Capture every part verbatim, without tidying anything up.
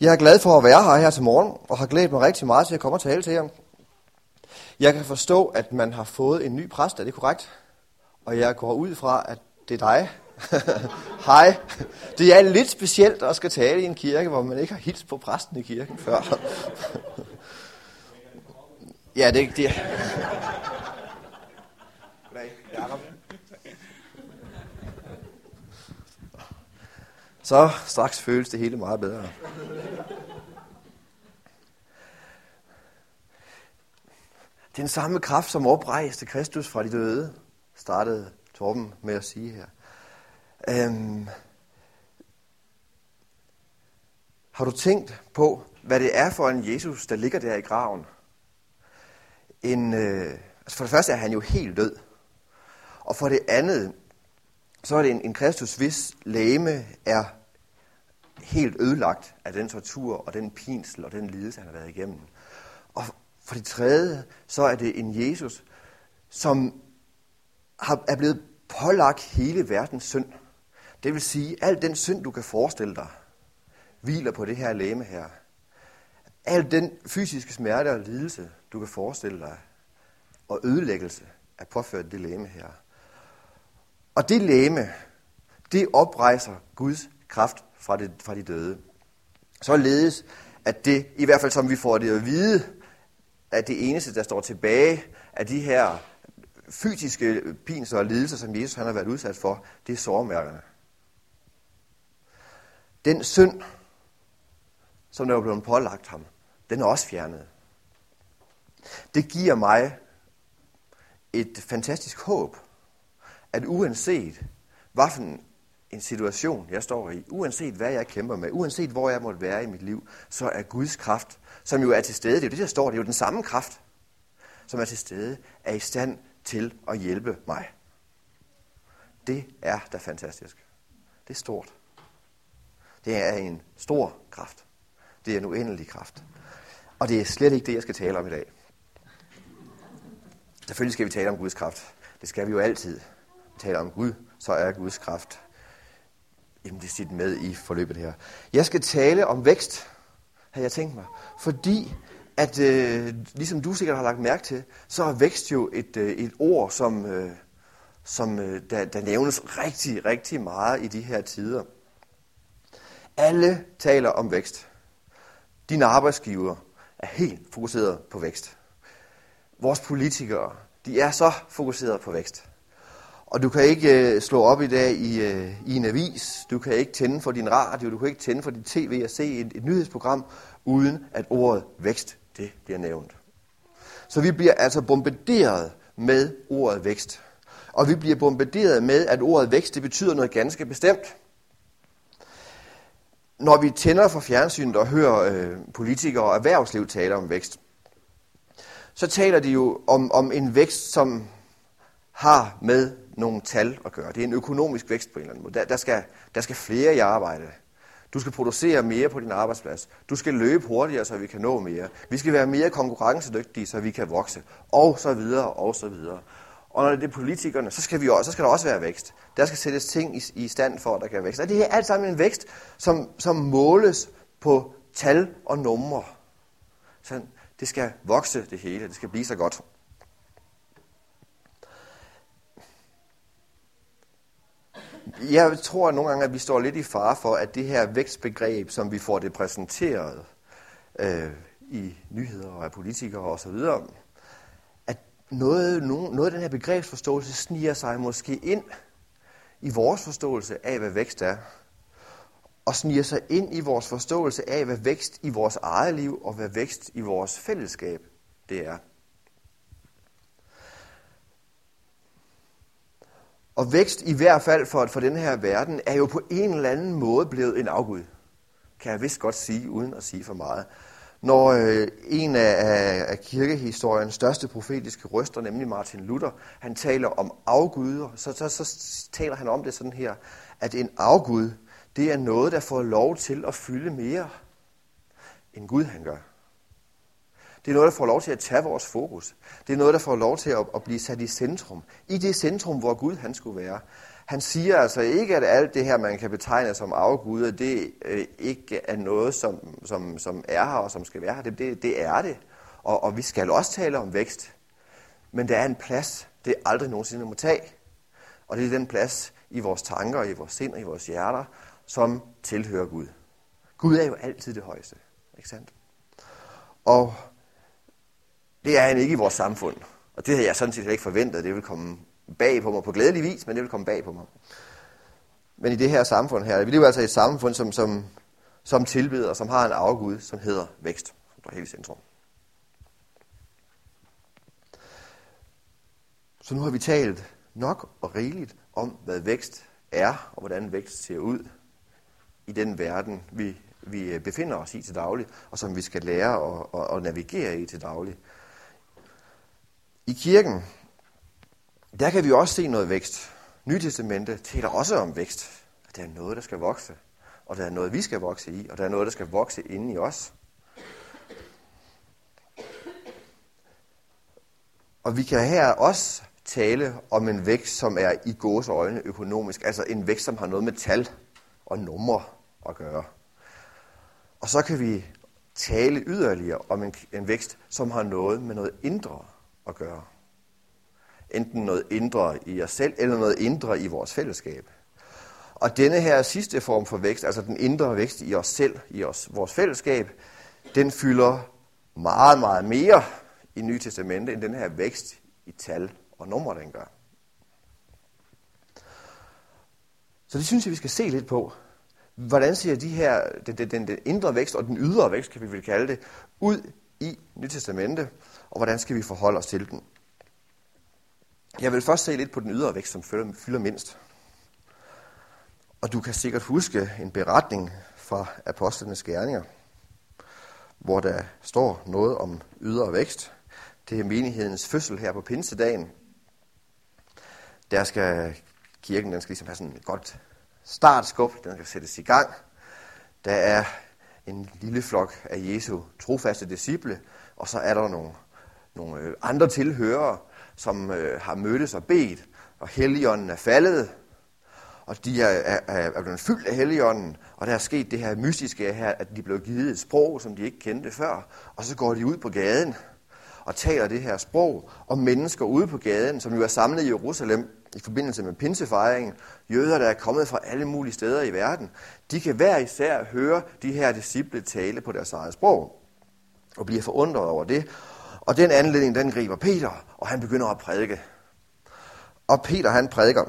Jeg er glad for at være her her til morgen, og har glædet mig rigtig meget til at komme og tale til jer. Jeg kan forstå, at man har fået en ny præst, er det korrekt? Og jeg går ud fra, at det er dig. Hej. Det er lidt specielt at skal tale i en kirke, hvor man ikke har hilst på præsten i kirken før. Ja, det er ikke det. Så straks føles det hele meget bedre. Den samme kraft, som oprejste Kristus fra de døde, startede Torben med at sige her. Øhm, har du tænkt på, hvad det er for en Jesus, der ligger der i graven? En, øh, altså for det første er han jo helt død. Og for det andet, så er det en, en Kristus, hvis legeme er helt ødelagt af den tortur og den pinsel og den lidelse, han har været igennem. Og for det tredje, så er det en Jesus, som har, er blevet pålagt hele verdens synd. Det vil sige, al den synd, du kan forestille dig, hviler på det her legeme her. Al den fysiske smerte og lidelse, du kan forestille dig, og ødelæggelse, er påført det legeme her. Og det legeme, det oprejser Guds kraft fra, det, fra de døde. Således, at det, i hvert fald som vi får det at vide, at det eneste, der står tilbage af de her fysiske pinsler og lidelser, som Jesus han har været udsat for, det er sårmærkerne. Den synd, som der var blevet pålagt ham, den er også fjernet. Det giver mig et fantastisk håb, at uanset hvad for en situation, jeg står i, uanset hvad jeg kæmper med, uanset hvor jeg måtte være i mit liv, så er Guds kraft, som jo er til stede, det er jo det, der står, det er jo den samme kraft, som er til stede, er i stand til at hjælpe mig. Det er da fantastisk. Det er stort. Det er en stor kraft. Det er en uendelig kraft. Og det er slet ikke det, jeg skal tale om i dag. Selvfølgelig skal vi tale om Guds kraft. Det skal vi jo altid. Vi taler om Gud, så er Guds kraft implicit med i forløbet her. Jeg skal tale om vækst, har jeg tænkt mig. Fordi, at øh, ligesom du sikkert har lagt mærke til, så er vækst jo et, øh, et ord, som, øh, som øh, der, der nævnes rigtig, rigtig meget i de her tider. Alle taler om vækst. Dine arbejdsgiver er helt fokuseret på vækst. Vores politikere, de er så fokuseret på vækst. Og du kan ikke uh, slå op i dag i, uh, i en avis, du kan ikke tænde for din radio, du kan ikke tænde for din tv og se et, et nyhedsprogram, uden at ordet vækst, det bliver nævnt. Så vi bliver altså bombarderet med ordet vækst. Og vi bliver bombarderet med, at ordet vækst, det betyder noget ganske bestemt. Når vi tænder for fjernsynet og hører øh, politikere og erhvervsliv tale om vækst, så taler de jo om, om en vækst, som har med nogle tal at gøre. Det er en økonomisk vækst på en eller anden måde. Der, der, skal, der skal flere i arbejde. Du skal producere mere på din arbejdsplads. Du skal løbe hurtigere, så vi kan nå mere. Vi skal være mere konkurrencedygtige, så vi kan vokse. Og så videre, og så videre. Og når det er politikerne, så skal, vi også, så skal der også være vækst. Der skal sættes ting i, i stand for, at der kan være vækst. Og det er alt sammen en vækst, som, som måles på tal og numre. Så det skal vokse det hele. Det skal blive så godt. Jeg tror nogle gange, at vi står lidt i fare for, at det her vækstbegreb, som vi får det præsenteret øh, i nyheder og af politikere osv., at noget, noget af den her begrebsforståelse sniger sig måske ind i vores forståelse af, hvad vækst er, og sniger sig ind i vores forståelse af, hvad vækst i vores eget liv og hvad vækst i vores fællesskab det er. Og vækst, i hvert fald for, for den her verden, er jo på en eller anden måde blevet en afgud. Kan jeg vist godt sige, uden at sige for meget. Når øh, en af, af kirkehistoriens største profetiske røster, nemlig Martin Luther, han taler om afguder, så, så, så taler han om det sådan her, at en afgud, det er noget, der får lov til at fylde mere, end Gud han gør. Det er noget, der får lov til at tage vores fokus. Det er noget, der får lov til at, at blive sat i centrum. I det centrum, hvor Gud han skulle være. Han siger altså ikke, at alt det her, man kan betegne som afguder, det øh, ikke er noget, som, som, som er her og som skal være her. Det, det, det er det. Og, og vi skal også tale om vækst. Men der er en plads, det aldrig nogensinde må tage. Og det er den plads i vores tanker, i vores sind og i vores hjerter, som tilhører Gud. Gud er jo altid det højeste. Ikke sandt? Og det er han ikke i vores samfund. Og det havde jeg sådan set ikke forventet. Det vil komme bag på mig på glædelig vis, men det vil komme bag på mig. Men i det her samfund her, vi lever altså i et samfund, som, som, som tilbeder, som har en afgud, som hedder vækst, som er helt i centrum. Så nu har vi talt nok og rigeligt om, hvad vækst er, og hvordan vækst ser ud i den verden, vi, vi befinder os i til daglig, og som vi skal lære og, og, og navigere i til daglig. I kirken, der kan vi også se noget vækst. Nye Testamentet taler også om vækst. At der er noget, der skal vokse, og der er noget, vi skal vokse i, og der er noget, der skal vokse inde i os. Og vi kan her også tale om en vækst, som er i gåseøjne økonomisk, altså en vækst, som har noget med tal og numre at gøre. Og så kan vi tale yderligere om en, en vækst, som har noget med noget indre at gøre. Enten noget indre i os selv, eller noget indre i vores fællesskab. Og denne her sidste form for vækst, altså den indre vækst i os selv, i os, vores fællesskab, den fylder meget, meget mere i Nye Testamente, end den her vækst i tal og numre, den gør. Så det synes jeg, vi skal se lidt på. Hvordan ser de her, den, den, den indre vækst og den ydre vækst, kan vi vel kalde det, ud i Nye Testamente, og hvordan skal vi forholde os til den? Jeg vil først se lidt på den ydre vækst, som fylder, fylder mindst. Og du kan sikkert huske en beretning fra Apostlenes Gerninger, hvor der står noget om ydre vækst. Det er menighedens fødsel her på pinsedagen. Der skal kirken, den skal ligesom have sådan et godt startskub, den skal sættes i gang. Der er en lille flok af Jesu trofaste disciple, og så er der nogle, nogle andre tilhørere, som øh, har mødtes og bedt, og Helligånden er faldet, og de er, er, er blevet fyldt af Helligånden, og der er sket det her mystiske her, at de blev givet et sprog, som de ikke kendte før, og så går de ud på gaden og taler det her sprog, og mennesker ude på gaden, som jo er samlet i Jerusalem i forbindelse med pinsefejringen, jøder, der er kommet fra alle mulige steder i verden, de kan hver især høre de her disciple tale på deres eget sprog, og bliver forundret over det. Og den anledning, den griber Peter, og han begynder at prædike. Og Peter, han prædiker.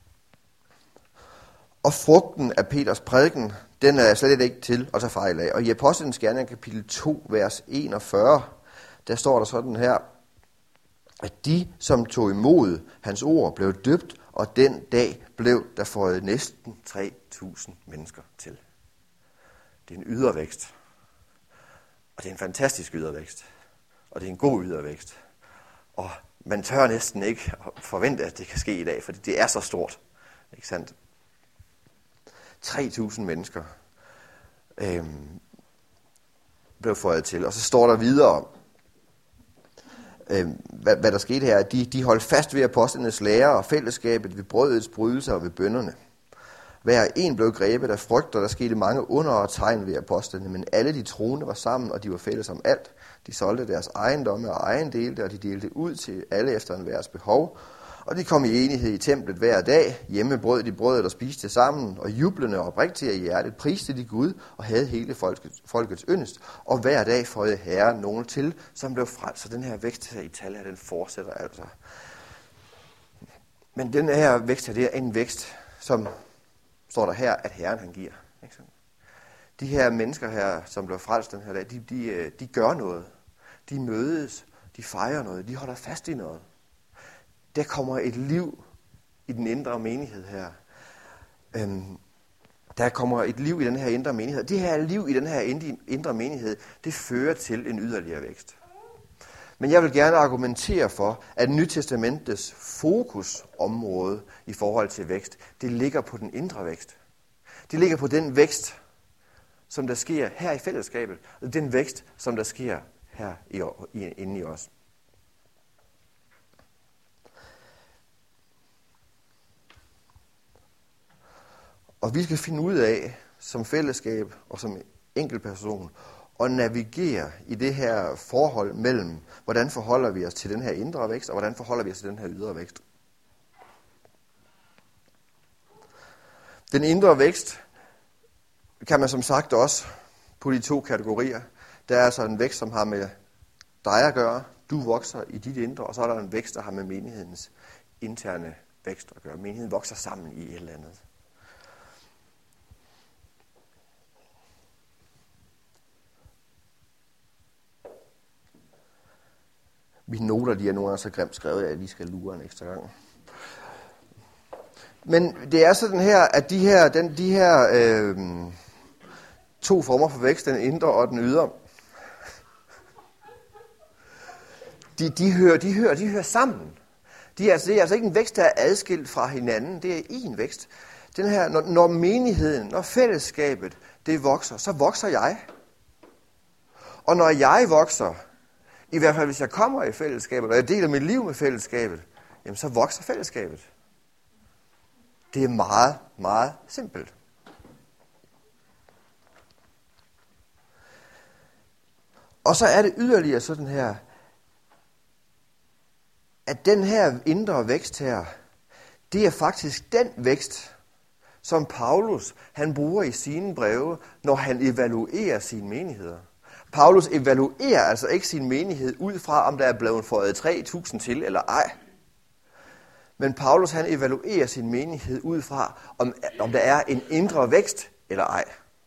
Og frugten af Peters prædiken, den er slet ikke til at tage fejl af. Og i Apostlenes Gerninger kapitel to, vers enogfyrre, der står der sådan her, at de, som tog imod hans ord, blev døbt, og den dag blev der føjet næsten tre tusind mennesker til. Det er en ydervækst. Og det er en fantastisk ydervækst. Og det er en god ydervækst. Og man tør næsten ikke forvente, at det kan ske i dag, for det er så stort. Ikke sandt? tre tusind mennesker øhm, blev føjet til. Og så står der videre, øhm, hvad, hvad der skete her. De, de holdt fast ved apostlenes lære og fællesskabet, ved brødets brydelser og ved bønnerne. Hver en blev grebet af frygt, og der skete mange under og tegn ved apostlene, men alle de troende var sammen, og de var fælles om alt. De solgte deres ejendomme og egendelte, og de delte ud til alle efter enhvers behov. Og de kom i enighed i templet hver dag. Hjemme brød de brødet og spiste sammen, og jublende og oprigtige i hjertet priste de Gud og havde hele folkets, folkets yndest. Og hver dag føjede Herren nogen til, som blev frelst. Så den her vækst her i tal her, den fortsætter altså. Men den her vækst her, det er en vækst, som står der her, at Herren han giver. Ikke sådan? De her mennesker her, som blev frelst den her dag, de, de, de gør noget. De mødes, de fejrer noget, de holder fast i noget. Der kommer et liv i den indre menighed her. Øhm, der kommer et liv i den her indre menighed. Det her liv i den her indre menighed, det fører til en yderligere vækst. Men jeg vil gerne argumentere for, at Nytestamentets fokusområde i forhold til vækst, det ligger på den indre vækst. Det ligger på den vækst, som der sker her i fællesskabet, og den vækst, som der sker her i, inde i os. Og vi skal finde ud af, som fællesskab og som enkeltperson, at navigere i det her forhold mellem, hvordan forholder vi os til den her indre vækst, og hvordan forholder vi os til den her ydre vækst. Den indre vækst kan man som sagt også putte i to kategorier. Der er altså en vækst, som har med dig at gøre. Du vokser i dit indre, og så er der en vækst, der har med menighedens interne vækst at gøre. Menigheden vokser sammen i et eller andet. Mine noter, de er nogle gange så grimt skrevet, at jeg lige skal lure en ekstra gang. Men det er sådan her, at de her, den, de her øh, to former for vækst, den indre og den ydre, de, de, hører, de, hører, de hører sammen. De er, altså, det er altså ikke en vækst, der er adskilt fra hinanden. Det er én vækst. Den her, når, når menigheden, når fællesskabet, det vokser, så vokser jeg. Og når jeg vokser, i hvert fald hvis jeg kommer i fællesskabet, og jeg deler mit liv med fællesskabet, jamen så vokser fællesskabet. Det er meget, meget simpelt. Og så er det yderligere sådan her, at den her indre vækst her, det er faktisk den vækst, som Paulus han bruger i sine breve, når han evaluerer sine menigheder. Paulus evaluerer altså ikke sin menighed ud fra, om der er blevet føjet tre tusind til eller ej. Men Paulus han evaluerer sin menighed ud fra, om, om der er en indre vækst eller ej.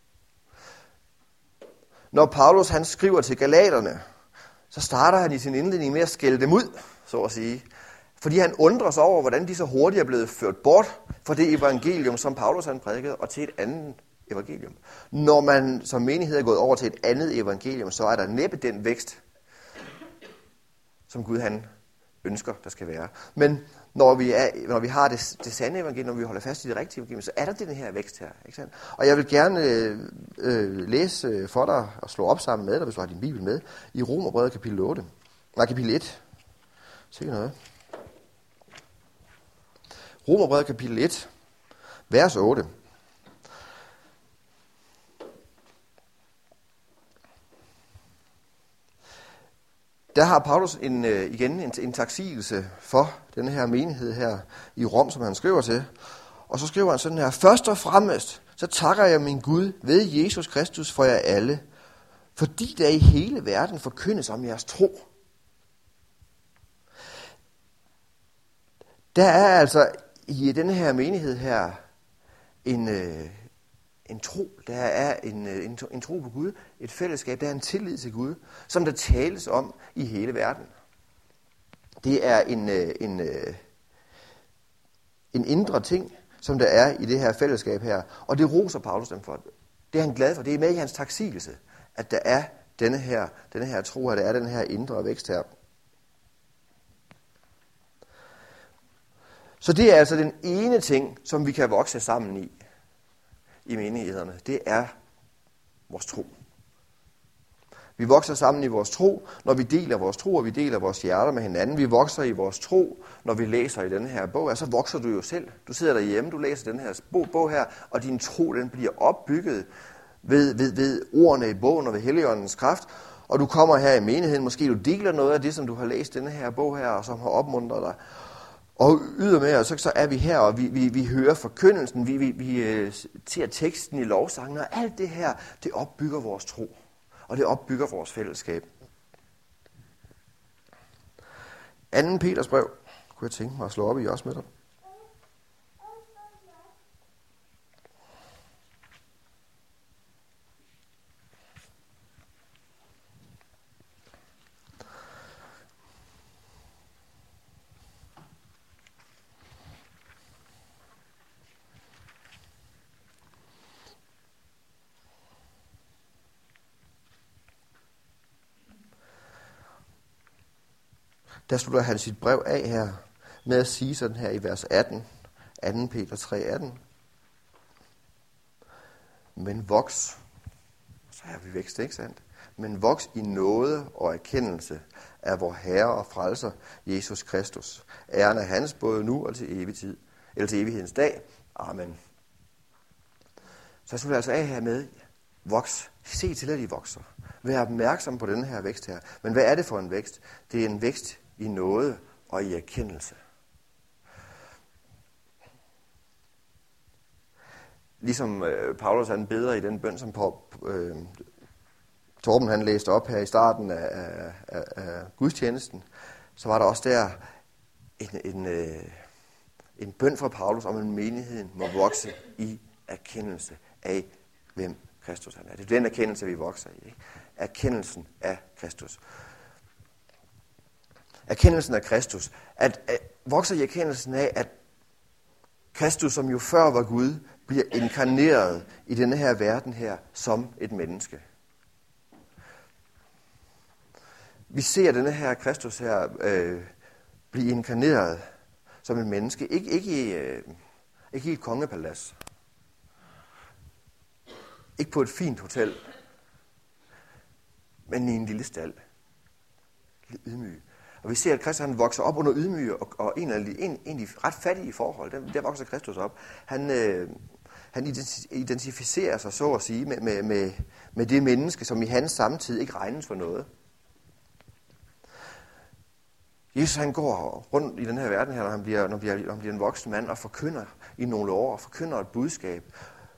Når Paulus han skriver til galaterne, så starter han i sin indledning med at skælde dem ud, så at sige. Fordi han undrer sig over, hvordan de så hurtigt er blevet ført bort fra det evangelium, som Paulus han prædikede, og til et andet evangelium. Når man som menighed er gået over til et andet evangelium, så er der næppe den vækst, som Gud han ønsker, der skal være. Men når vi, er, når vi har det, det sande evangelium, når vi holder fast i det rigtige evangelium, så er der den her vækst her. Ikke sandt? Og jeg vil gerne øh, øh, læse for dig og slå op sammen med dig, hvis du har din bibel med, i Romerbrevet kapitel otte. Nej, kapitel et. Sikke noget. Romerbrevet kapitel et, vers otte. Der har Paulus en, igen en, en taksigelse for den her menighed her i Rom, som han skriver til. Og så skriver han sådan her: Først og fremmest, så takker jeg min Gud ved Jesus Kristus for jer alle, fordi der i hele verden forkyndes om jeres tro. Der er altså i denne her menighed her en, en tro, der er en, en, en tro på Gud, et fællesskab, der er en tillid til Gud, som der tales om i hele verden. Det er en, en, en indre ting, som der er i det her fællesskab her, og det roser Paulus dem for. Det er han glad for, det er med i hans taksigelse, at der er denne her, denne her tro, at der er den her indre vækst her. Så det er altså den ene ting, som vi kan vokse sammen i, i menighederne. Det er vores tro. Vi vokser sammen i vores tro, når vi deler vores tro, og vi deler vores hjerter med hinanden. Vi vokser i vores tro, når vi læser i denne her bog. Altså vokser du jo selv. Du sidder derhjemme, du læser den her bog her, og din tro den bliver opbygget ved, ved, ved ordene i bogen og ved Helligåndens kraft. Og du kommer her i menigheden, måske du deler noget af det, som du har læst i denne her bog her, og som har opmuntret dig. Og ydermere, så, så er vi her, og vi, vi, vi hører forkyndelsen, vi, vi, vi øh, ser teksten i lovsangen, og alt det her, det opbygger vores tro, og det opbygger vores fællesskab. Anden Peters brev, kunne jeg tænke mig at slå op i også med dig. Der slutter han sit brev af her med at sige sådan her i vers atten, anden Peter tre atten. Men voks, så er vi vækst, ikke sandt? Men voks i nåde og erkendelse af vor Herre og Frelser, Jesus Kristus. Æren er hans både nu og til evig tid, eller til evighedens dag. Amen. Så jeg slutter altså af her med, voks. Se til, at I vokser. Vær opmærksom på den her vækst her. Men hvad er det for en vækst? Det er en vækst i nåde og i erkendelse. Ligesom øh, Paulus han beder i den bøn, som på, øh, Torben han læste op her i starten af, af, af, af gudstjenesten, så var der også der en, en, øh, en bøn fra Paulus om, at menigheden må vokse i erkendelse af, hvem Kristus han er. Det er den erkendelse, vi vokser i. Ikke? Erkendelsen af Kristus. Erkendelsen af Kristus. At, at vokser i erkendelsen af, at Kristus, som jo før var Gud, bliver inkarneret i denne her verden her som et menneske. Vi ser denne her Kristus her øh, blive inkarneret som et menneske. Ik- ikke, i, øh, ikke i et kongepalads. Ikke på et fint hotel. Men i en lille stald. Lidt ydmyg. Og vi ser, at Kristus han vokser op under ydmyge og, og egentlig, egentlig ret fattige forhold. Der, der vokser Kristus op. Han, øh, han identificerer sig, så at sige, med, med, med, med det menneske, som i hans samtid ikke regnes for noget. Jesus han går rundt i den her verden her, når han bliver, når han bliver, når han bliver en voksen mand og forkynder i nogle år, og forkynder et budskab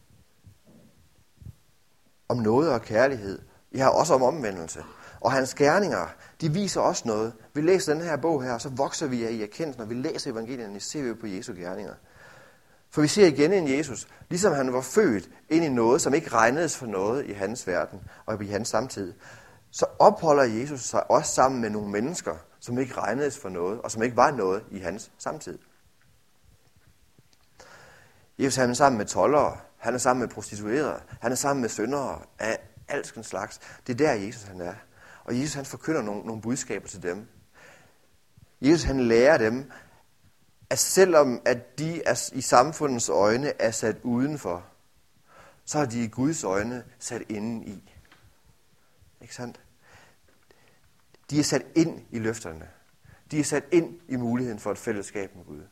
om noget og kærlighed. Ja, også om omvendelse. Og hans gerninger, de viser også noget. Vi læser den her bog her, og så vokser vi i erkendelsen, når vi læser evangelierne, så ser vi på Jesu gerninger. For vi ser igen en Jesus, ligesom han var født ind i noget, som ikke regnedes for noget i hans verden og i hans samtid, så opholder Jesus sig også sammen med nogle mennesker, som ikke regnedes for noget, og som ikke var noget i hans samtid. Jesus han er sammen med toldere, han er sammen med prostituerede, han er sammen med syndere af alskens slags. Det er der Jesus han er. Og Jesus han forkynder nogle, nogle budskaber til dem. Jesus han lærer dem, at selvom at de er i samfundets øjne er sat udenfor, så er de i Guds øjne sat inden i. Ikke sandt? De er sat ind i løfterne. De er sat ind i muligheden for et fællesskab med Gud.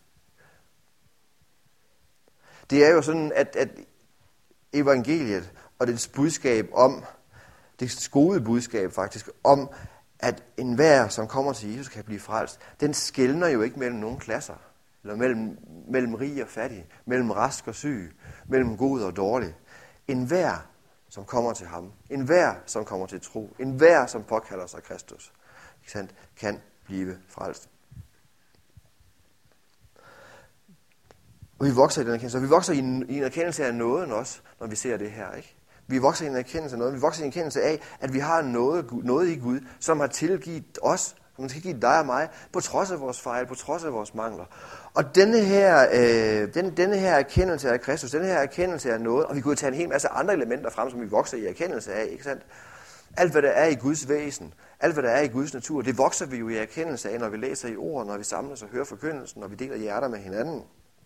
Det er jo sådan, at, at evangeliet og dets budskab om, det gode budskab faktisk, om at enhver, som kommer til Jesus, kan blive frelst, den skelner jo ikke mellem nogen klasser, eller mellem, mellem rig og fattig, mellem rask og syg, mellem god og dårlig. Enhver, som kommer til ham, enhver, som kommer til tro, enhver, som påkalder sig Kristus, ikke sandt, kan blive frelst. Og vi vokser i den erkendelse, og vi vokser i en, i en erkendelse af nåden også, når vi ser det her, ikke? Vi vokser i en erkendelse af noget. Vi vokser i en erkendelse af, at vi har noget, noget i Gud, som har tilgivet os, som har tilgivet dig og mig, på trods af vores fejl, på trods af vores mangler. Og denne her, øh, den, denne her erkendelse af Kristus, denne her erkendelse af noget, og vi kunne tage en hel masse andre elementer frem, som vi vokser i erkendelse af, ikke sandt? Alt, hvad der er i Guds væsen, alt, hvad der er i Guds natur, det vokser vi jo i erkendelse af, når vi læser i ord, når vi samles og hører forkyndelsen, når vi deler hjerter med hinanden.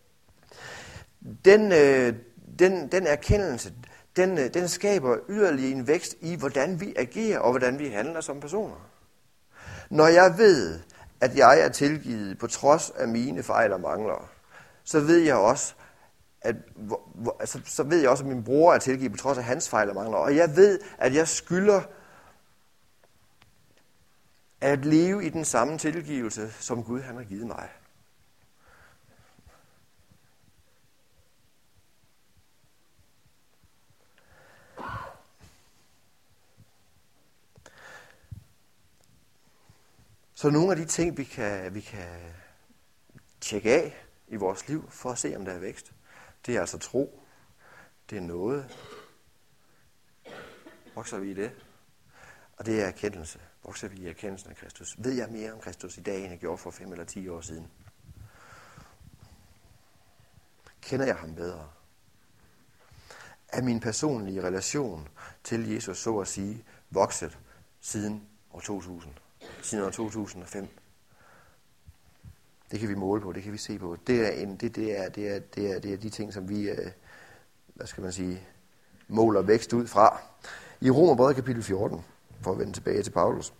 Den, øh, den, den erkendelse, den, øh, den skaber yderligere en vækst i, hvordan vi agerer og hvordan vi handler som personer. Når jeg ved, at jeg er tilgivet på trods af mine fejl og mangler, så ved jeg også, at, så, så ved jeg også, at min bror er tilgivet på trods af hans fejl og mangler. Og jeg ved, at jeg skylder at leve i den samme tilgivelse, som Gud han har givet mig. Så nogle af de ting, vi kan, vi kan tjekke af i vores liv, for at se, om der er vækst, det er altså tro. Det er noget. Vokser vi i det? Og det er erkendelse. Vokser vi i erkendelsen af Kristus? Ved jeg mere om Kristus i dag, end jeg gjorde for fem eller ti år siden? Kender jeg ham bedre? Er min personlige relation til Jesus, så at sige, vokset siden år to tusind? Siden år to tusind og fem. Det kan vi måle på, det kan vi se på. Det er, en, det, det er, det er, det er, det er de ting, som vi, øh, hvad skal man sige, måler vækst ud fra. I Romerbrevet kapitel fjorten, for at vende tilbage til Paulus.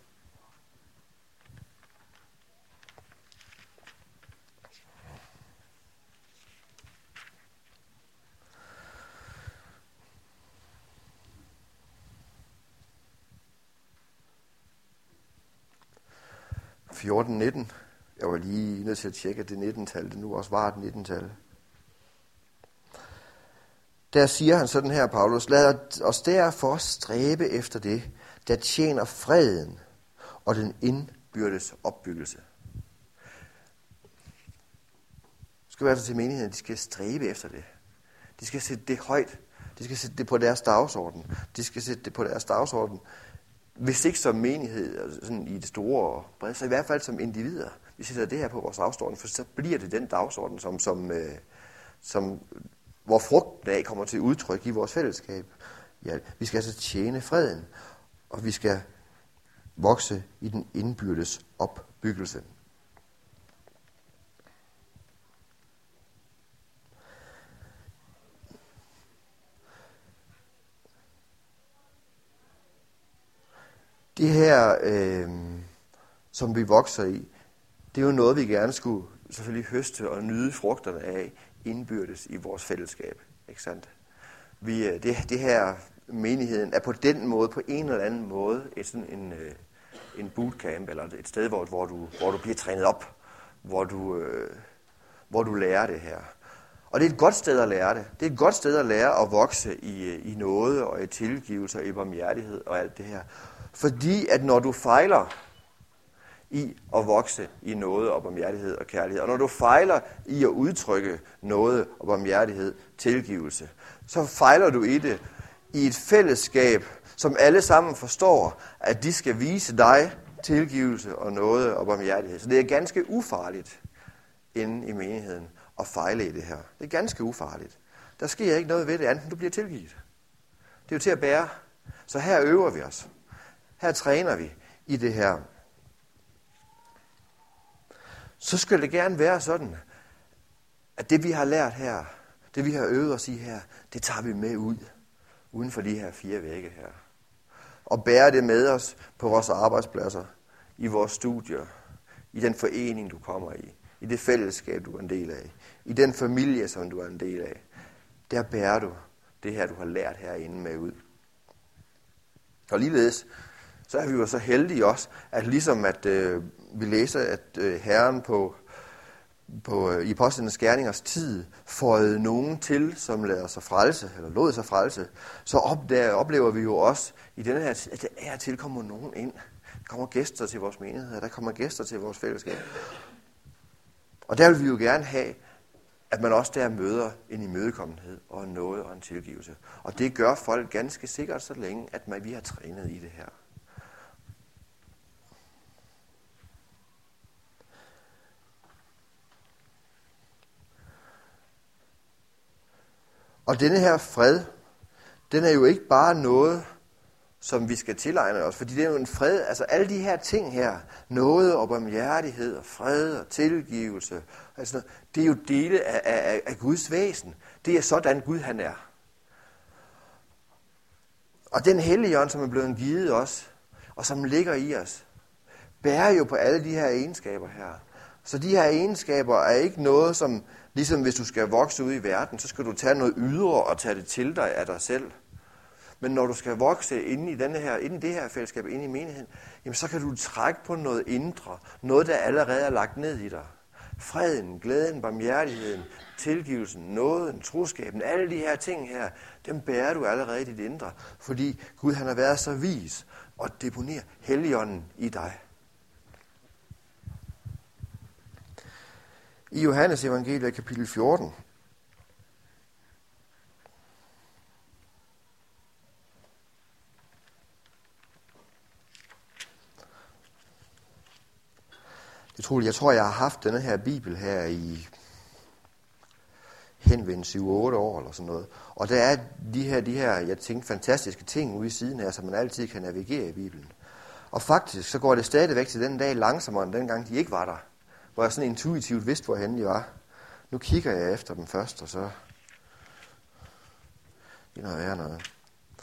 fjorten nitten. Jeg var lige nødt til at tjekke, at det nitten-tal, det nu også var et nitten-tal. Der siger han sådan her, Paulus: lad os derfor stræbe efter det, der tjener freden og den indbyrdes opbyggelse. Det skal være så til menigheden, at de skal stræbe efter det. De skal sætte det højt. De skal sætte det på deres dagsorden. De skal sætte det på deres dagsorden. Hvis ikke som menighed, altså sådan i det store og brede, så i hvert fald som individer. Vi sætter det her på vores dagsorden, for så bliver det den dagsorden, som, som, øh, som hvor frugten af kommer til udtryk i vores fællesskab. Ja, vi skal altså tjene freden, og vi skal vokse i den indbyrdes opbyggelse. Det her, øh, som vi vokser i, det er jo noget, vi gerne skulle selvfølgelig høste og nyde frugterne af indbyrdes i vores fællesskab. Ikke sandt? Vi, det, det her menigheden er på den måde, på en eller anden måde, et sådan en, en bootcamp, eller et sted, hvor, hvor, du, hvor du bliver trænet op, hvor du, øh, hvor du lærer det her. Og det er et godt sted at lære det. Det er et godt sted at lære at vokse i, i noget og i tilgivelse og i barmhjertighed og alt det her. Fordi at når du fejler i at vokse i noget og barmhjertighed og kærlighed, og når du fejler i at udtrykke noget og barmhjertighed, tilgivelse, så fejler du i det i et fællesskab, som alle sammen forstår, at de skal vise dig tilgivelse og noget og barmhjertighed. Så det er ganske ufarligt inde i menigheden at fejle i det her. Det er ganske ufarligt. Der sker ikke noget ved det, andet end du bliver tilgivet. Det er jo til at bære. Så her øver vi os. Her træner vi i det her. Så skal det gerne være sådan, at det vi har lært her, det vi har øvet os i her, det tager vi med ud, uden for de her fire vægge her. Og bærer det med os på vores arbejdspladser, i vores studier, i den forening, du kommer i, i det fællesskab, du er en del af, i den familie, som du er en del af. Der bærer du det her, du har lært herinde med ud. Og ligeledes, så er vi jo så heldige også, at ligesom at øh, vi læser, at øh, Herren på, på øh, i apostlenes gerningers tid fåede nogen til, som lader sig frelse, eller lod sig frelse, så op, der oplever vi jo også i denne her tid, at der er tilkommer nogen ind. Der kommer gæster til vores menigheder, der kommer gæster til vores fællesskab. Og der vil vi jo gerne have, at man også der møder en imødekommenhed og en nåde og en tilgivelse. Og det gør folk ganske sikkert så længe, at man, vi har trænet i det her. Og denne her fred, den er jo ikke bare noget, som vi skal tilegne os, fordi det er jo en fred, altså alle de her ting her, nåde og barmhjertighed og fred og tilgivelse, altså det er jo dele af, af, af Guds væsen. Det er sådan Gud han er. Og den Helligånd, som er blevet givet os, og som ligger i os, bærer jo på alle de her egenskaber her. Så de her egenskaber er ikke noget, som ligesom hvis du skal vokse ud i verden, så skal du tage noget ydre og tage det til dig af dig selv. Men når du skal vokse inde i, denne her, inde i det her fællesskab, inde i menigheden, jamen så kan du trække på noget indre, noget der allerede er lagt ned i dig. Freden, glæden, barmhjertigheden, tilgivelsen, nåden, troskaben, alle de her ting her, dem bærer du allerede i dit indre, fordi Gud han har været så vis og deponerer Helligånden i dig. I Johannes evangeliet kapitel fjorten, Jeg tror, jeg tror, jeg har haft denne her bibel her i henvendt syv otte år eller sådan noget. Og der er de her, de her, jeg tænker, fantastiske ting ude i siden her, som man altid kan navigere i Bibelen. Og faktisk, så går det stadigvæk til den dag langsommere, end dengang de ikke var der. Hvor jeg sådan intuitivt vidste, hvorhenne de var. Nu kigger jeg efter dem først, og så... Det er noget værre noget.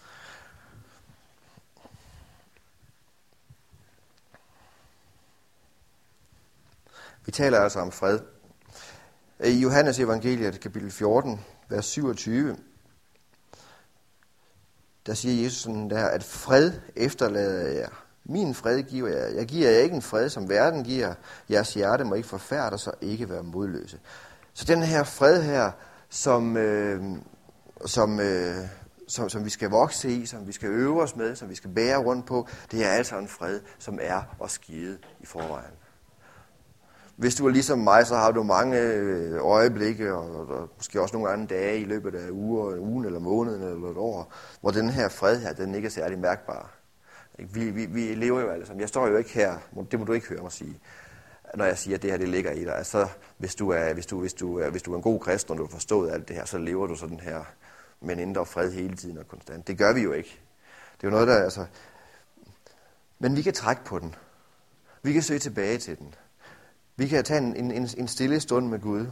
Vi taler altså om fred. I Johannes evangeliet, kapitel fjorten, vers syvogtyve, der siger Jesus sådan der, at fred efterlader jeg Min fred giver jeg. Jeg giver jer ikke en fred, som verden giver. Jeres hjerte må ikke forfærdes og ikke være modløse. Så den her fred her, som, øh, som, øh, som, som vi skal vokse i, som vi skal øve os med, som vi skal bære rundt på, det er altså en fred, som er os givet i forvejen. Hvis du er ligesom mig, så har du mange øjeblikke, og, og måske også nogle andre dage i løbet af uger, ugen eller måneden eller et år, hvor den her fred her, den ikke er særlig mærkbar. Vi, vi, vi lever jo alle sammen. Jeg står jo ikke her, det må du ikke høre mig sige, når jeg siger, at det her det ligger i dig. Altså, hvis du er, hvis du, hvis du er, hvis du er en god kristen, og du har forstået alt det her, så lever du sådan her med en indre fred hele tiden og konstant. Det gør vi jo ikke. Det er jo noget, der altså... Men vi kan trække på den. Vi kan søge tilbage til den. Vi kan tage en, en, en stille stund med Gud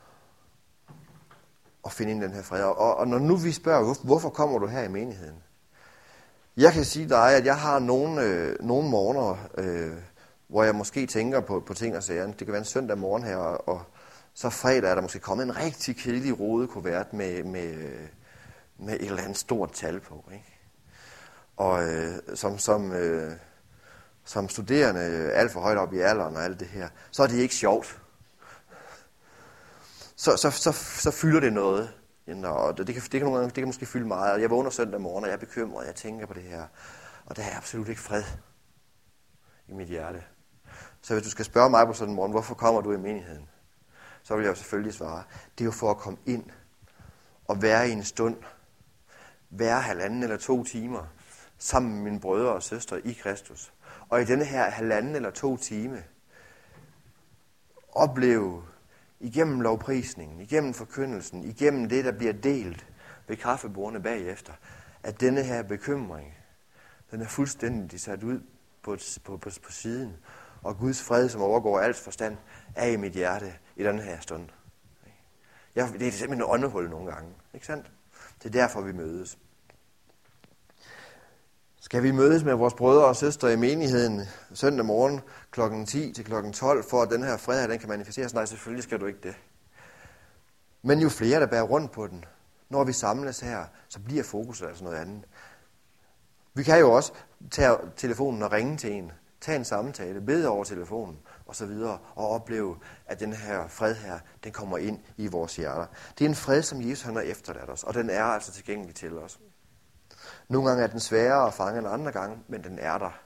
og finde ind i den her fred. Og, og når nu vi spørger, hvor, hvorfor kommer du her i menigheden? Jeg kan sige dig, at jeg har nogle, øh, nogle morgener, øh, hvor jeg måske tænker på, på ting og sager. Det kan være en søndag morgen her, og, og så fredag er der måske kommet en rigtig kedelig rodekuvert med, med, med et eller andet stort tal på. Ikke? Og øh, som... som øh, som studerende alt for højt op i alderen og alt det her, så er det ikke sjovt. Så, så, så, så fylder det noget. Og det, det, kan, det, kan nogle gange, det kan måske fylde meget. Jeg vågner søndag morgen, og jeg er bekymret, jeg tænker på det her. Og der er absolut ikke fred i mit hjerte. Så hvis du skal spørge mig på sådan en morgen, hvorfor kommer du i menigheden? Så vil jeg jo selvfølgelig svare, det er jo for at komme ind og være i en stund, være halvanden eller to timer, sammen med mine brødre og søstre i Kristus. Og i denne her halvanden eller to time opleve igennem lovprisningen, igennem forkyndelsen, igennem det, der bliver delt ved kaffebordene bagefter, at denne her bekymring, den er fuldstændig sat ud på, på, på, på siden. Og Guds fred, som overgår alt forstand, er i mit hjerte i denne her stund. Jeg, det er simpelthen et åndehul nogle gange, ikke sandt? Det er derfor, vi mødes. Skal vi mødes med vores brødre og søstre i menigheden søndag morgen klokken ti til klokken tolv, for at den her fred her, den kan manifesteres? Nej, selvfølgelig skal du ikke det. Men jo flere, der bærer rundt på den, når vi samles her, så bliver fokuset altså noget andet. Vi kan jo også tage telefonen og ringe til en, tage en samtale, bede over telefonen og så videre, og opleve, at den her fred her, den kommer ind i vores hjerter. Det er en fred, som Jesus han har efterladt os, og den er altså tilgængelig til os. Nogle gange er den sværere at fange end andre gange, men den er der.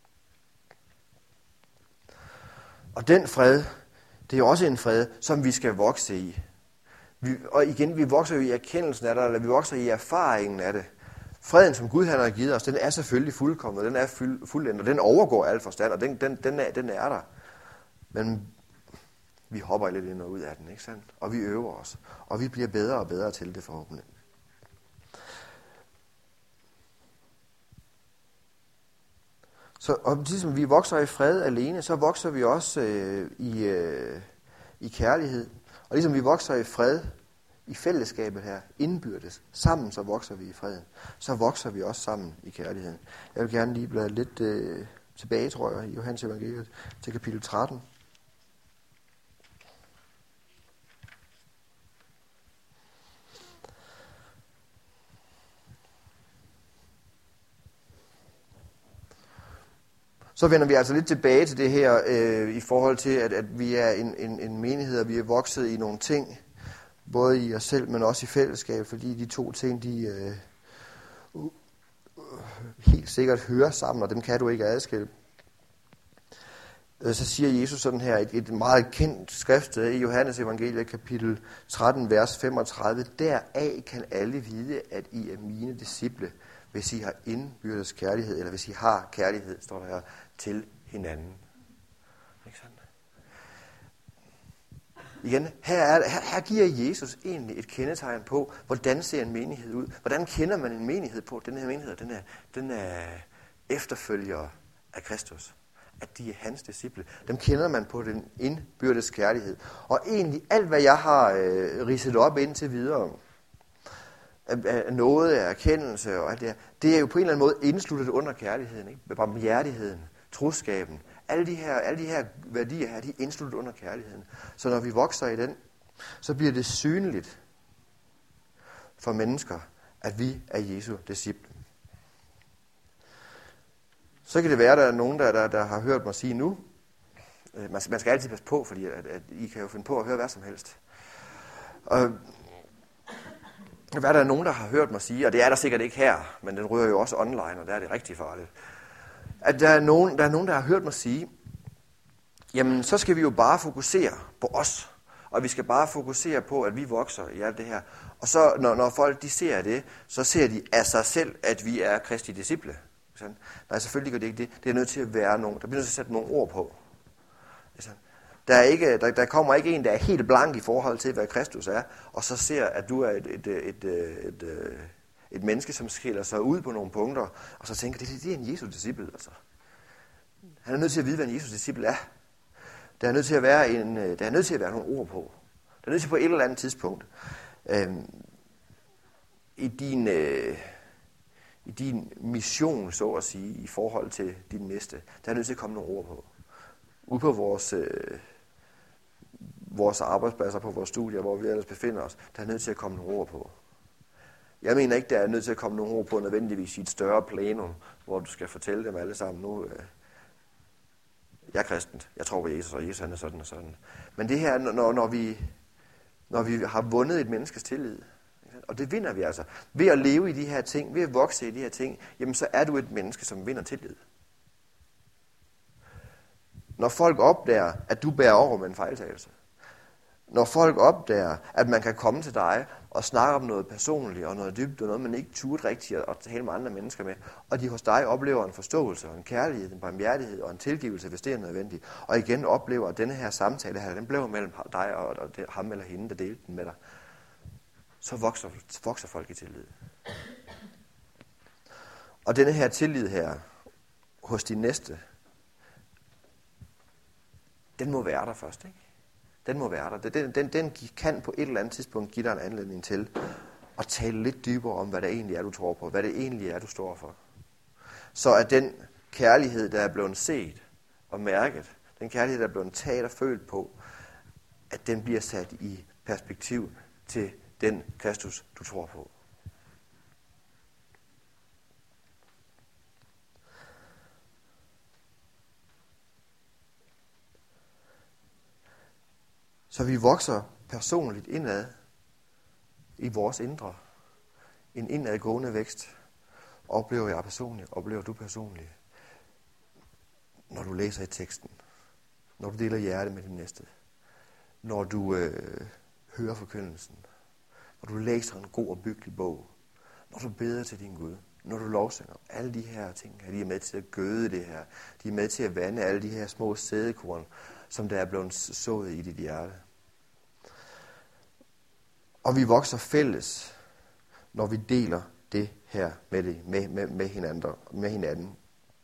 Og den fred, det er også en fred, som vi skal vokse i. Vi, og igen, vi vokser jo i erkendelsen af det, eller vi vokser i erfaringen af det. Freden, som Gud han har givet os, den er selvfølgelig fuldkommen, den er fuld, fuldendt, og den overgår al forstand, og den, den, den, er, den er der. Men vi hopper lidt ind og ud af den, ikke sandt? Og vi øver os, og vi bliver bedre og bedre til det forhåbentlig. Så og ligesom vi vokser i fred alene, så vokser vi også øh, i, øh, i kærlighed. Og ligesom vi vokser i fred i fællesskabet her, indbyrdes, sammen så vokser vi i freden. Så vokser vi også sammen i kærligheden. Jeg vil gerne lige bladre lidt øh, tilbage, tror jeg, i Johannes evangeliet til kapitel tretten. Så vender vi altså lidt tilbage til det her øh, i forhold til, at, at vi er en, en, en menighed, og vi er vokset i nogle ting, både i os selv, men også i fællesskab, fordi de to ting, de øh, uh, helt sikkert hører sammen, og dem kan du ikke adskille. Så siger Jesus sådan her, et, et meget kendt skriftsted i Johannes evangeliet, kapitel tretten, vers femogtredive. Deraf kan alle vide, at I er mine disciple, hvis I har indbyrdes kærlighed, eller hvis I har kærlighed, står der her, til hinanden. Ikke sandt? Igen, her, er, her, her giver Jesus egentlig et kendetegn på, hvordan ser en menighed ud. Hvordan kender man en menighed på? Den her menighed, den er, den er efterfølger af Kristus. At de er hans disciple. Dem kender man på den indbyrdes kærlighed. Og egentlig alt, hvad jeg har øh, ridset op indtil videre, af noget af erkendelse og alt det her, det er jo på en eller anden måde indsluttet under kærligheden, ikke? Barmhjertigheden, troskaben, alle de her, alle de her værdier her, de er indsluttet under kærligheden. Så når vi vokser i den, så bliver det synligt for mennesker, at vi er Jesu disciple. Så Så kan det være, at der er nogen, der, der, der har hørt mig sige nu. Man skal, man skal altid passe på, fordi at, at I kan jo finde på at høre hvad som helst. Og hvad der er nogen, der har hørt mig sige, og det er der sikkert ikke her, men den rører jo også online, og der er det rigtig farligt. At der er nogen, der, er nogen, der har hørt mig sige, jamen så skal vi jo bare fokusere på os, og vi skal bare fokusere på, at vi vokser i alt det her. Og så når, når folk de ser det, så ser de af sig selv, at vi er Kristi disciple. Sådan. Nej, selvfølgelig gør det ikke det. Det er nødt til at være nogen, der bliver nødt til at sætte nogle ord på. Sådan. Der, er ikke, der, der kommer ikke en, der er helt blank i forhold til, hvad Kristus er, og så ser, at du er et, et, et, et, et, et menneske, som skiller sig ud på nogle punkter, og så tænker, det, det er en Jesus disciple. Altså. Han er nødt til at vide, hvad en Jesus disciple er. Der er nødt til at være, en, der er nødt til at være nogle ord på. Der er nødt til på et eller andet tidspunkt øhm, i, din, øh, i din mission, så at sige, i forhold til din næste, der er nødt til at komme nogle ord på. Ude på vores, øh, vores arbejdspladser, på vores studier, hvor vi ellers befinder os, der er nødt til at komme nogle ord på. Jeg mener ikke, der er nødt til at komme nogle ord på nødvendigvis i et større plenum, hvor du skal fortælle dem alle sammen nu. Øh, jeg er kristent, jeg tror på Jesus, og Jesus han er sådan og sådan. Men det her, når, når, vi, når vi har vundet et menneskes tillid, og det vinder vi altså, ved at leve i de her ting, ved at vokse i de her ting, jamen så er du et menneske, som vinder tillid. Når folk opdager, at du bærer over med en fejltagelse. Når folk opdager, at man kan komme til dig og snakke om noget personligt og noget dybt og noget, man ikke turde rigtigt at tale med andre mennesker med, og de hos dig oplever en forståelse og en kærlighed, en barmhjertighed og en tilgivelse, hvis det er nødvendigt, og igen oplever, at denne her samtale her, den blev mellem dig og, og det, ham eller hende, der delte den med dig, så vokser, vokser folk i tillid. Og denne her tillid her hos de næste, den må være der først, ikke? Den må være der. Den, den, den kan på et eller andet tidspunkt give dig en anledning til at tale lidt dybere om, hvad det egentlig er, du tror på. Hvad det egentlig er, du står for. Så at den kærlighed, der er blevet set og mærket, den kærlighed, der er blevet taget og følt på, at den bliver sat i perspektiv til den Kristus, du tror på. Så vi vokser personligt indad i vores indre. En indadgående vækst oplever jeg personligt, oplever du personligt, når du læser i teksten, når du deler hjerte med din næste, når du øh, hører forkyndelsen, når du læser en god og byggelig bog, når du beder til din Gud, når du lovsynger. Alle de her ting, de er med til at gøde det her. De er med til at vande alle de her små sædekorn, som der er blevet sået i dit hjerte. Og vi vokser fælles, når vi deler det her med, det, med, med, med, hinanden, med hinanden.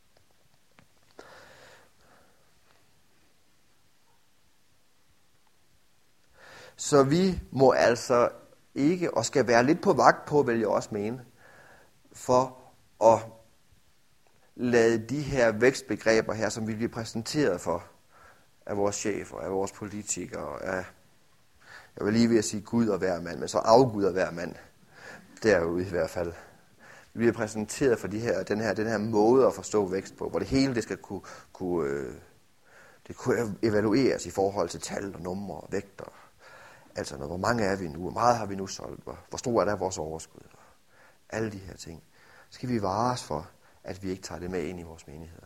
Så vi må altså ikke, og skal være lidt på vagt på, vil jeg også mene, for at lade de her vækstbegreber her, som vi bliver præsenteret for af vores chefer, af vores politikere, af, jeg vil lige ved at sige Gud og hver mand, men så afgud og hver mand, derude i hvert fald. Vi bliver præsenteret for de her, den, her, den her måde at forstå vækst på, hvor det hele det skal kunne, kunne, øh, det kunne evalueres i forhold til tal og numre og vægter. Altså, hvor mange er vi nu? Hvor meget har vi nu solgt? Hvor, hvor stor er der vores overskud? Alle de her ting. Så skal vi vare os for, at vi ikke tager det med ind i vores menigheder.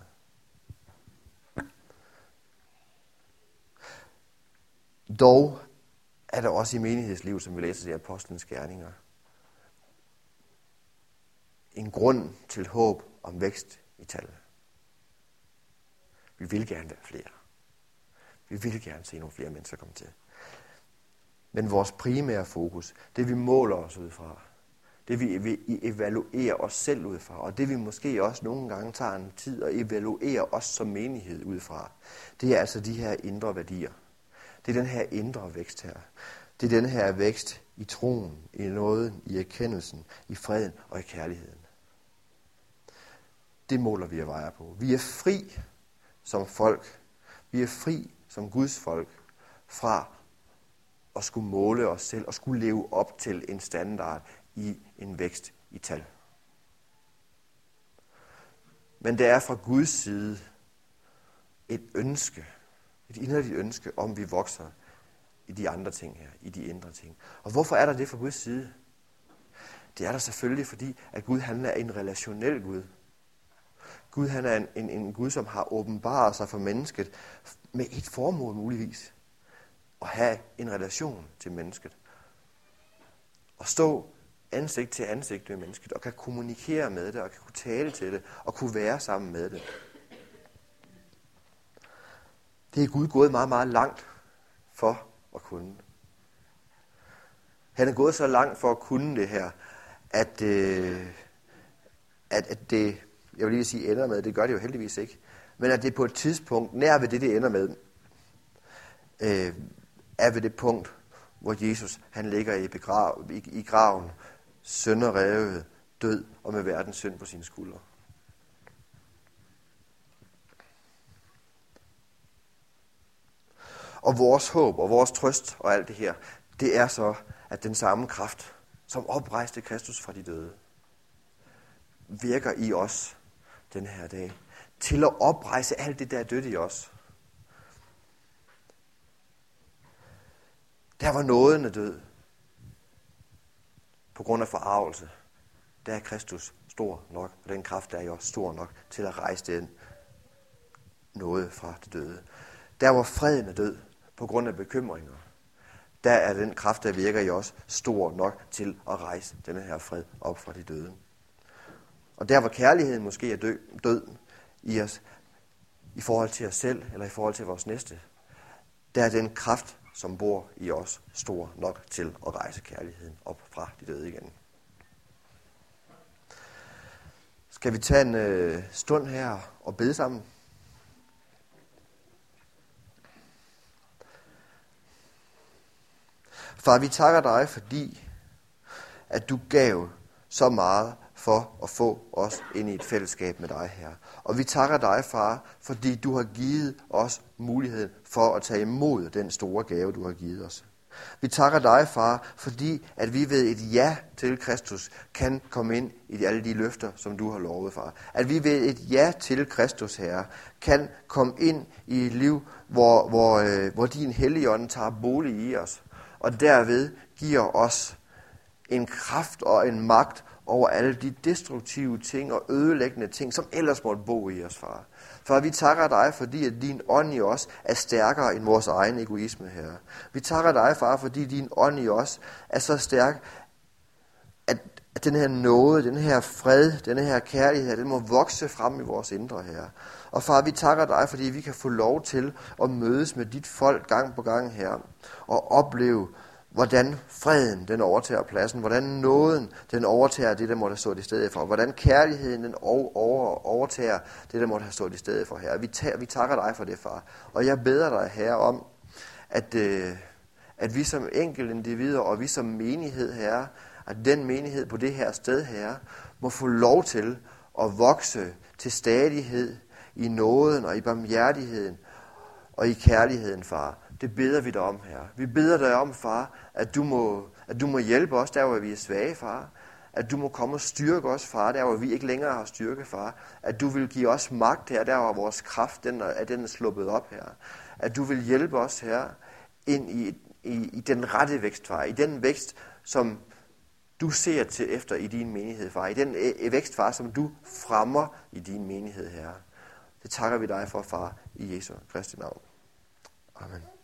Dog er der også i menighedslivet, som vi læser i Apostlenes Gerninger, en grund til håb om vækst i tallet. Vi vil gerne være flere. Vi vil gerne se nogle flere mennesker komme til. Men vores primære fokus, det vi måler os ud fra, det vi, vi evaluerer os selv ud fra, og det vi måske også nogle gange tager en tid at evaluere os som menighed ud fra, det er altså de her indre værdier. Det er den her indre vækst her. Det er den her vækst i troen, i nåden, i erkendelsen, i freden og i kærligheden. Det måler vi at veje på. Vi er fri som folk. Vi er fri som Guds folk fra at skulle måle os selv og skulle leve op til en standard i en vækst i tal. Men det er fra Guds side et ønske, et inderligt ønske, om vi vokser i de andre ting her, i de indre ting. Og hvorfor er der det fra Guds side? Det er der selvfølgelig, fordi at Gud han er en relationel Gud. Gud han er en, en, en Gud, som har åbenbaret sig for mennesket med et formål muligvis. At have en relation til mennesket. At stå ansigt til ansigt med mennesket, og kan kommunikere med det, og kan kunne tale til det, og kunne være sammen med det. Det er Gud gået meget, meget langt for at kunne. Han er gået så langt for at kunne det her, at, øh, at, at det, jeg vil lige sige, ender med, det gør det jo heldigvis ikke, men at det på et tidspunkt, nær ved det, det ender med, øh, er ved det punkt, hvor Jesus han ligger i, begrav, i, i graven, sønderrevet, død og med verdens synd på sine skuldre. Og vores håb og vores trøst og alt det her, det er så, at den samme kraft, som oprejste Kristus fra de døde, virker i os den her dag, til at oprejse alt det, der er dødt i os. Der var nåden af død, på grund af forarvelse. Der er Kristus stor nok, og den kraft der er jo stor nok til at rejse den nåde fra det døde. Der var freden af død, på grund af bekymringer. Der er den kraft, der virker i os, stor nok til at rejse denne her fred op fra de døde. Og der var kærligheden måske er død, død i os, i forhold til os selv, eller i forhold til vores næste, der er den kraft, som bor i os, stor nok til at rejse kærligheden op fra de døde igen. Skal vi tage en øh, stund her og bede sammen? Far, vi takker dig, fordi at du gav så meget for at få os ind i et fællesskab med dig her. Og vi takker dig, far, fordi du har givet os muligheden for at tage imod den store gave, du har givet os. Vi takker dig, far, fordi at vi ved et ja til Kristus kan komme ind i alle de løfter, som du har lovet, far. At vi ved et ja til Kristus, Herre, kan komme ind i et liv, hvor, hvor, øh, hvor din Helligånd tager bolig i os. Og derved giver os en kraft og en magt over alle de destruktive ting og ødelæggende ting, som ellers måtte bo i os, far. Far, vi takker dig, fordi at din ånd i os er stærkere end vores egen egoisme, Herre. Vi takker dig, far, fordi din ånd i os er så stærk, at, at den her nåde, den her fred, den her kærlighed, den må vokse frem i vores indre, Herre. Og far, vi takker dig, fordi vi kan få lov til at mødes med dit folk gang på gang, Herre, og opleve, hvordan freden den overtager pladsen, hvordan nåden den overtager det, der måtte have stået i stedet for, hvordan kærligheden den over, overtager det, der måtte have stået i stedet for, Herre. Vi, tager, vi takker dig for det, far. Og jeg beder dig, Herre, om, at, øh, at vi som enkelte individer og vi som menighed, Herre, at den menighed på det her sted, Herre, må få lov til at vokse til stadighed i nåden og i barmhjertigheden og i kærligheden, far. Det beder vi dig om, Herre. Vi beder dig om, far, at du må, at du må hjælpe os, der hvor vi er svage, far. At du må komme og styrke os, far, der hvor vi ikke længere har styrke, far. At du vil give os magt her, der hvor vores kraft den er, at den er sluppet op, her. At du vil hjælpe os, her ind i, i, i den rette vækst, far. I den vækst, som du ser til efter i din menighed, far. I den vækst, far, som du fremmer i din menighed, Herre. Det takker vi dig for, far, i Jesu Kristi navn. Amen.